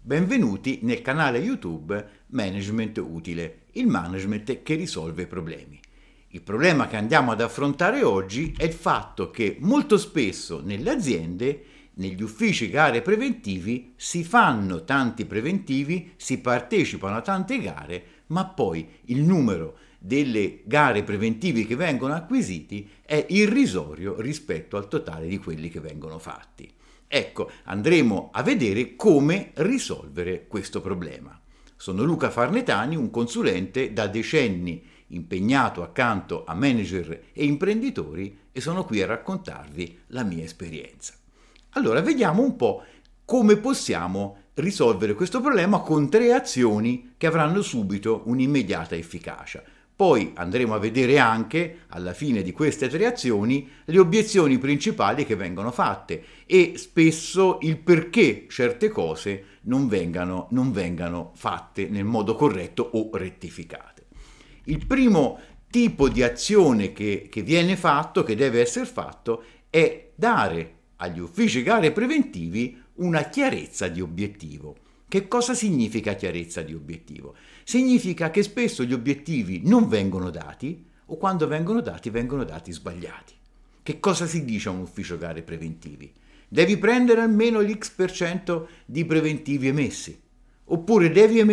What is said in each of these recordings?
Benvenuti nel canale YouTube Management Utile, il management che risolve i problemi. Il problema che andiamo ad affrontare oggi è il fatto che molto spesso nelle aziende, negli uffici gare preventivi, si fanno tanti preventivi, si partecipano a tante gare, ma poi il numero delle gare preventivi che vengono acquisiti è irrisorio rispetto al totale di quelli che vengono fatti. Ecco, andremo a vedere come risolvere questo problema. Sono Luca Farnetani, un consulente da decenni impegnato accanto a manager e imprenditori e sono qui a raccontarvi la mia esperienza. Allora, vediamo un po' come possiamo risolvere questo problema con 3 azioni che avranno subito un'immediata efficacia. Poi andremo a vedere anche, alla fine di queste 3 azioni, le obiezioni principali che vengono fatte e spesso il perché certe cose non vengano fatte nel modo corretto o rettificate. Il primo tipo di azione che viene fatto, che deve essere fatto, è dare agli uffici gare preventivi una chiarezza di obiettivo. Che cosa significa chiarezza di obiettivo? Significa che spesso gli obiettivi non vengono dati o quando vengono dati sbagliati. Che cosa si dice a un ufficio gare preventivi? Devi prendere almeno l'X% di preventivi emessi. Oppure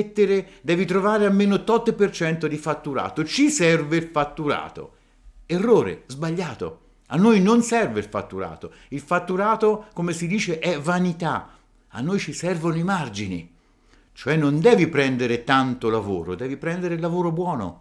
devi trovare almeno tot per cento di fatturato. Ci serve il fatturato. Errore, sbagliato. A noi non serve il fatturato. Il fatturato, come si dice, è vanità. A noi ci servono i margini. Cioè non devi prendere tanto lavoro, devi prendere il lavoro buono.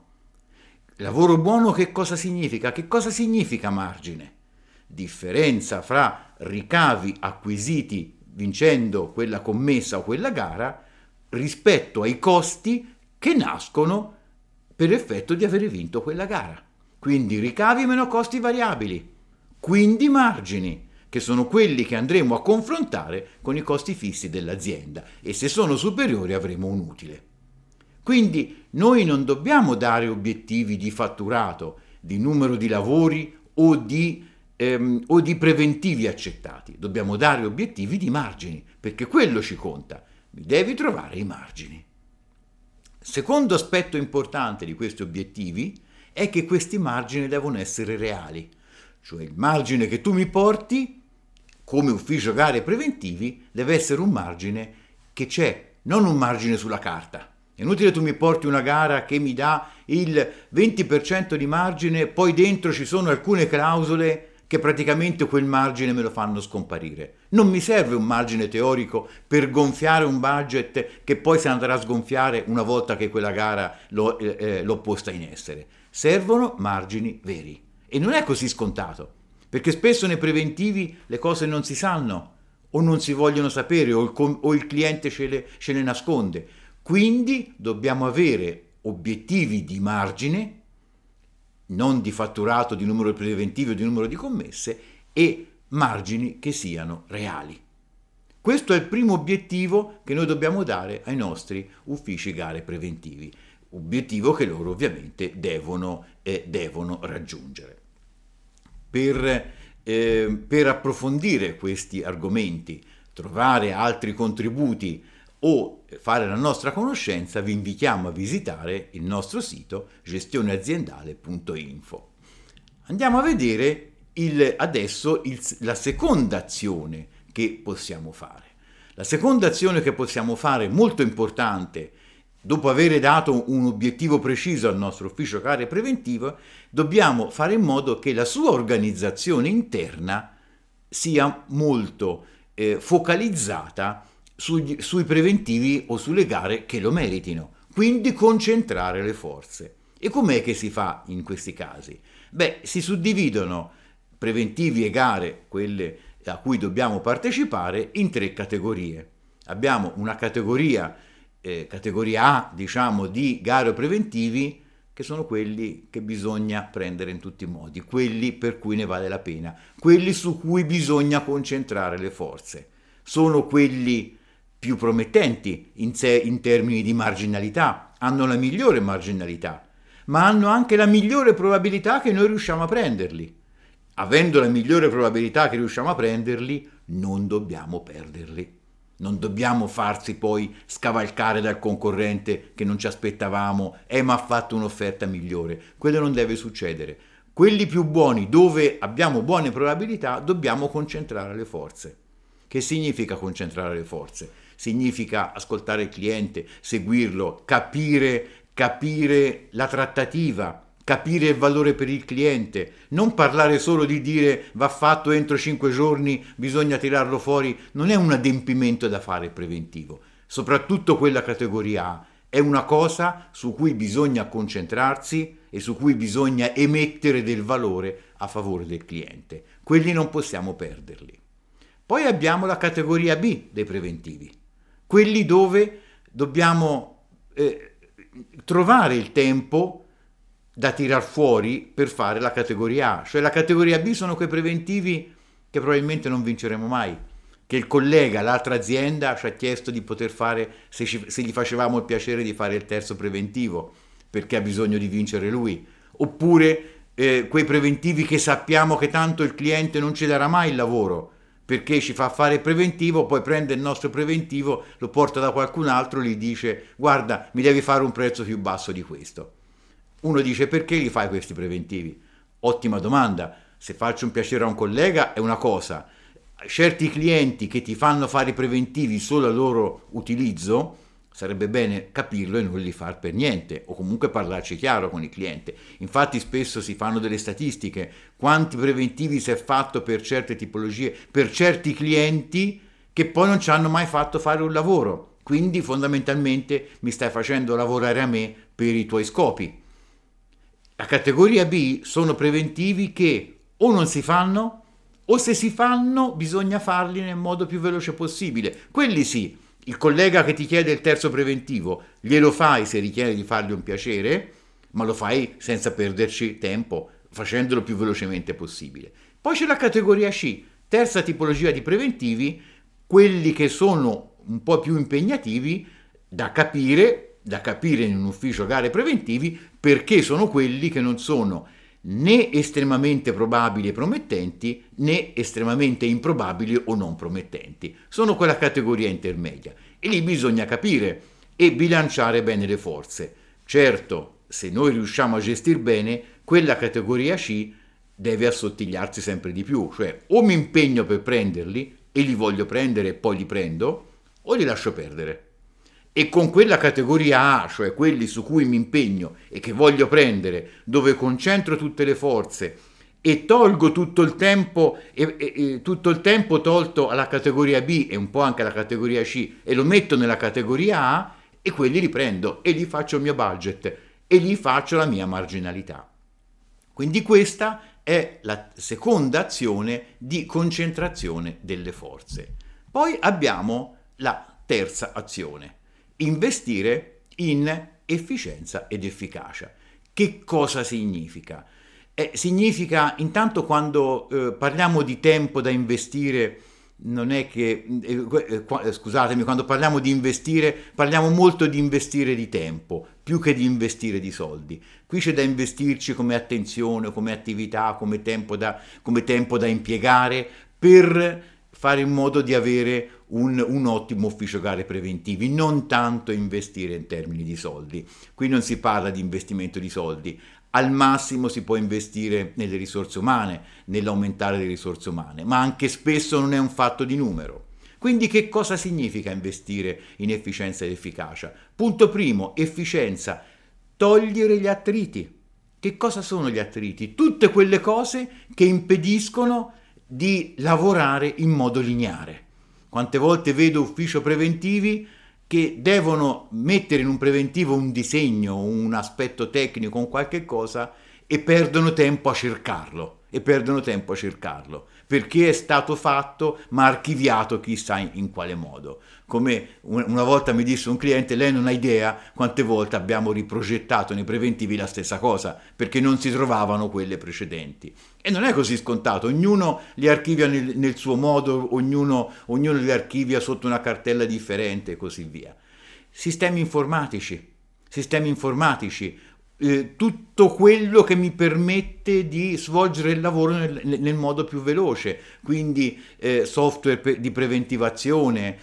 Lavoro buono che cosa significa? Che cosa significa margine? Differenza fra ricavi acquisiti vincendo quella commessa o quella gara rispetto ai costi che nascono per effetto di aver vinto quella gara. Quindi ricavi meno costi variabili, quindi margini, che sono quelli che andremo a confrontare con i costi fissi dell'azienda e se sono superiori avremo un utile. Quindi noi non dobbiamo dare obiettivi di fatturato, di numero di lavori o di preventivi accettati, dobbiamo dare obiettivi di margini, perché quello ci conta, mi devi trovare i margini. Secondo aspetto importante di questi obiettivi è che questi margini devono essere reali, cioè il margine che tu mi porti come ufficio gare preventivi deve essere un margine che c'è, non un margine sulla carta. È inutile tu mi porti una gara che mi dà il 20% di margine, poi dentro ci sono alcune clausole che praticamente quel margine me lo fanno scomparire. Non mi serve un margine teorico per gonfiare un budget che poi si andrà a sgonfiare una volta che quella gara l'ho posta in essere. Servono margini veri. E non è così scontato, perché spesso nei preventivi le cose non si sanno o non si vogliono sapere o il cliente ce le nasconde. Quindi dobbiamo avere obiettivi di margine, non di fatturato, di numero di preventivi o di numero di commesse, e margini che siano reali. Questo è il primo obiettivo che noi dobbiamo dare ai nostri uffici gare preventivi, obiettivo che loro ovviamente devono raggiungere. Per approfondire questi argomenti, trovare altri contributi o fare la nostra conoscenza, vi invitiamo a visitare il nostro sito gestioneaziendale.info. Andiamo a vedere adesso la seconda azione che possiamo fare. La seconda azione che possiamo fare, molto importante, dopo aver dato un obiettivo preciso al nostro ufficio gare preventivo, dobbiamo fare in modo che la sua organizzazione interna sia molto focalizzata sui preventivi o sulle gare che lo meritino, quindi concentrare le forze. E com'è che si fa in questi casi? Si suddividono preventivi e gare, quelle a cui dobbiamo partecipare, in 3 categorie. Abbiamo una categoria A, diciamo, di gare preventivi, che sono quelli che bisogna prendere in tutti i modi, quelli per cui ne vale la pena, quelli su cui bisogna concentrare le forze. Sono quelli più promettenti in termini di marginalità, hanno la migliore marginalità, ma hanno anche la migliore probabilità che noi riusciamo a prenderli. Avendo la migliore probabilità che riusciamo a prenderli, non dobbiamo perderli. Non dobbiamo farsi poi scavalcare dal concorrente che non ci aspettavamo, ma ha fatto un'offerta migliore. Quello non deve succedere. Quelli più buoni, dove abbiamo buone probabilità, dobbiamo concentrare le forze. Che significa concentrare le forze? Significa ascoltare il cliente, seguirlo, capire la trattativa, capire il valore per il cliente, non parlare solo di dire va fatto entro 5 giorni, bisogna tirarlo fuori, non è un adempimento da fare preventivo. Soprattutto quella categoria A è una cosa su cui bisogna concentrarsi e su cui bisogna emettere del valore a favore del cliente. Quelli non possiamo perderli. Poi abbiamo la categoria B dei preventivi, quelli dove dobbiamo trovare il tempo da tirar fuori per fare la categoria A. Cioè la categoria B sono quei preventivi che probabilmente non vinceremo mai, che il collega, l'altra azienda ci ha chiesto di poter fare, se gli facevamo il piacere di fare il terzo preventivo, perché ha bisogno di vincere lui, oppure quei preventivi che sappiamo che tanto il cliente non ci darà mai il lavoro, perché ci fa fare il preventivo, poi prende il nostro preventivo, lo porta da qualcun altro e gli dice guarda, mi devi fare un prezzo più basso di questo. Uno dice perché li fai questi preventivi? Ottima domanda. Se faccio un piacere a un collega è una cosa. Certi clienti che ti fanno fare i preventivi solo a loro utilizzo, sarebbe bene capirlo e non li far per niente, o comunque parlarci chiaro con il cliente. Infatti spesso si fanno delle statistiche, quanti preventivi si è fatto per certe tipologie, per certi clienti che poi non ci hanno mai fatto fare un lavoro. Quindi fondamentalmente mi stai facendo lavorare a me per i tuoi scopi. La categoria B sono preventivi che o non si fanno, o se si fanno bisogna farli nel modo più veloce possibile. Quelli sì, il collega che ti chiede il terzo preventivo, glielo fai se richiede di fargli un piacere, ma lo fai senza perderci tempo, facendolo più velocemente possibile. Poi c'è la categoria C, terza tipologia di preventivi, quelli che sono un po' più impegnativi da capire in un ufficio gare preventivi, perché sono quelli che non sono né estremamente probabili e promettenti né estremamente improbabili o non promettenti. Sono quella categoria intermedia e lì bisogna capire e bilanciare bene le forze. Certo, se noi riusciamo a gestire bene, quella categoria C deve assottigliarsi sempre di più, cioè o mi impegno per prenderli e li voglio prendere e poi li prendo, o li lascio perdere. E con quella categoria A, cioè quelli su cui mi impegno e che voglio prendere, dove concentro tutte le forze e tolgo tutto il tempo, tutto il tempo tolto alla categoria B e un po' anche alla categoria C e lo metto nella categoria A, e quelli li prendo e gli faccio il mio budget e gli faccio la mia marginalità. Quindi questa è la seconda azione di concentrazione delle forze. Poi abbiamo la terza azione. Investire in efficienza ed efficacia. Che cosa significa? Significa intanto quando parliamo di tempo da investire, non è che, scusatemi, quando parliamo di investire, parliamo molto di investire di tempo, più che di investire di soldi. Qui c'è da investirci come attenzione, come attività, come tempo da impiegare per fare in modo di avere un ottimo ufficio gare preventivi, non tanto investire in termini di soldi. Qui non si parla di investimento di soldi, al massimo si può investire nelle risorse umane, nell'aumentare le risorse umane, ma anche spesso non è un fatto di numero. Quindi che cosa significa investire in efficienza ed efficacia? Punto primo, efficienza, togliere gli attriti. Che cosa sono gli attriti? Tutte quelle cose che impediscono di lavorare in modo lineare. Quante volte vedo ufficio preventivi che devono mettere in un preventivo un disegno, un aspetto tecnico, un qualche cosa e perdono tempo a cercarlo. Perché è stato fatto ma archiviato chissà in quale modo. Come una volta mi disse un cliente, lei non ha idea quante volte abbiamo riprogettato nei preventivi la stessa cosa perché non si trovavano quelle precedenti. E non è così scontato, ognuno li archivia nel suo modo, ognuno li archivia sotto una cartella differente e così via. Sistemi informatici. tutto quello che mi permette di svolgere il lavoro nel modo più veloce, quindi software di preventivazione,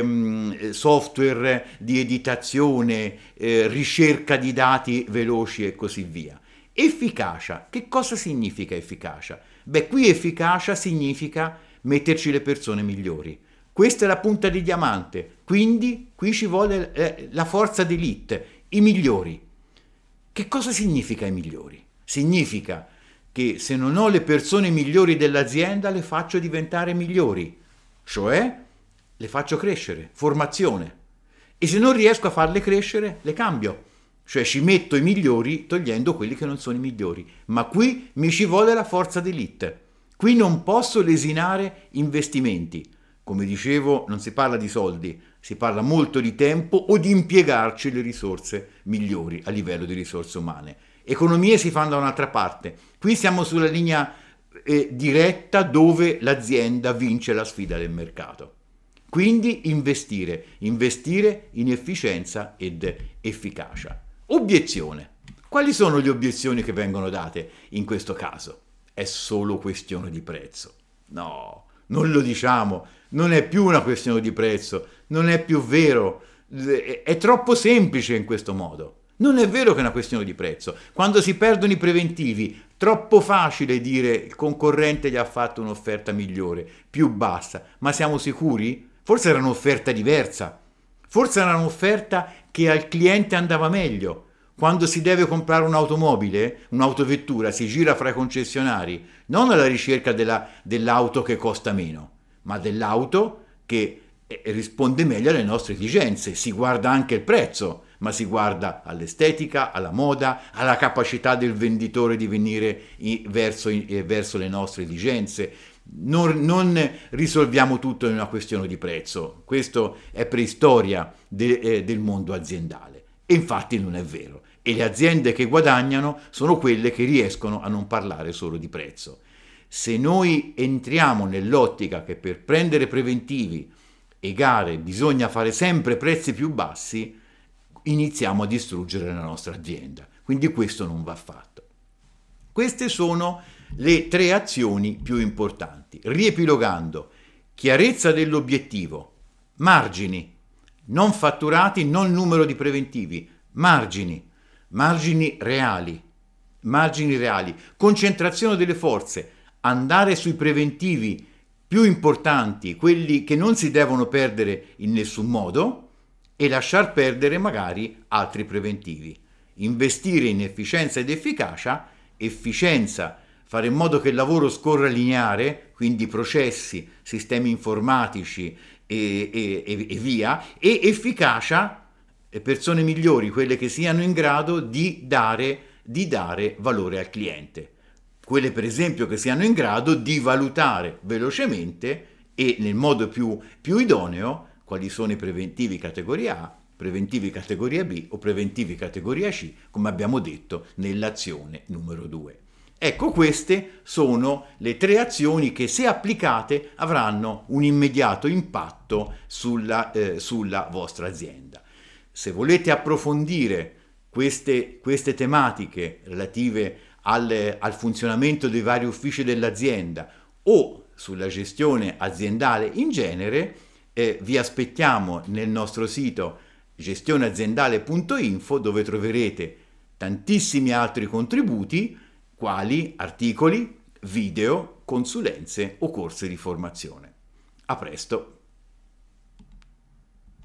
software di editazione, ricerca di dati veloci e così via. Efficacia. Che cosa significa efficacia? Beh, qui efficacia significa metterci le persone migliori. Questa è la punta di diamante, quindi qui ci vuole la forza d'élite, i migliori. Che cosa significa i migliori? Significa che se non ho le persone migliori dell'azienda le faccio diventare migliori, cioè le faccio crescere, formazione. E se non riesco a farle crescere, le cambio. Cioè ci metto i migliori togliendo quelli che non sono i migliori. Ma qui mi ci vuole la forza d'élite. Qui non posso lesinare investimenti. Come dicevo, non si parla di soldi, si parla molto di tempo o di impiegarci le risorse migliori a livello di risorse umane. Economie si fanno da un'altra parte. Qui siamo sulla linea diretta dove l'azienda vince la sfida del mercato. Quindi investire in efficienza ed efficacia. Obiezione. Quali sono le obiezioni che vengono date in questo caso? È solo questione di prezzo. No, non lo diciamo, non è più una questione di prezzo, non è più vero, è troppo semplice in questo modo. Non è vero che è una questione di prezzo. Quando si perdono i preventivi, troppo facile dire il concorrente gli ha fatto un'offerta migliore, più bassa, ma siamo sicuri? Forse era un'offerta diversa, forse era un'offerta che al cliente andava meglio. Quando si deve comprare un'automobile, un'autovettura, si gira fra i concessionari, non alla ricerca dell'auto che costa meno, ma dell'auto che risponde meglio alle nostre esigenze. Si guarda anche il prezzo, ma si guarda all'estetica, alla moda, alla capacità del venditore di venire verso le nostre esigenze. Non risolviamo tutto in una questione di prezzo. Questo è preistoria del mondo aziendale. E infatti non è vero. E le aziende che guadagnano sono quelle che riescono a non parlare solo di prezzo. Se noi entriamo nell'ottica che per prendere preventivi e gare bisogna fare sempre prezzi più bassi, iniziamo a distruggere la nostra azienda. Quindi questo non va fatto. Queste sono le 3 azioni più importanti. Riepilogando: chiarezza dell'obiettivo, margini, non fatturati, non numero di preventivi, margini reali, concentrazione delle forze, andare sui preventivi più importanti, quelli che non si devono perdere in nessun modo, e lasciar perdere magari altri preventivi. Investire in efficienza ed efficacia, efficienza, fare in modo che il lavoro scorra lineare, quindi processi, sistemi informatici e via, e efficacia, persone migliori, quelle che siano in grado di dare valore al cliente. Quelle per esempio che siano in grado di valutare velocemente e nel modo più idoneo quali sono i preventivi categoria A, preventivi categoria B o preventivi categoria C, come abbiamo detto nell'azione numero 2. Ecco, queste sono le 3 azioni che, se applicate, avranno un immediato impatto sulla vostra azienda. Se volete approfondire queste tematiche relative al funzionamento dei vari uffici dell'azienda o sulla gestione aziendale in genere, vi aspettiamo nel nostro sito gestioneaziendale.info, dove troverete tantissimi altri contributi quali articoli, video, consulenze o corsi di formazione. A presto!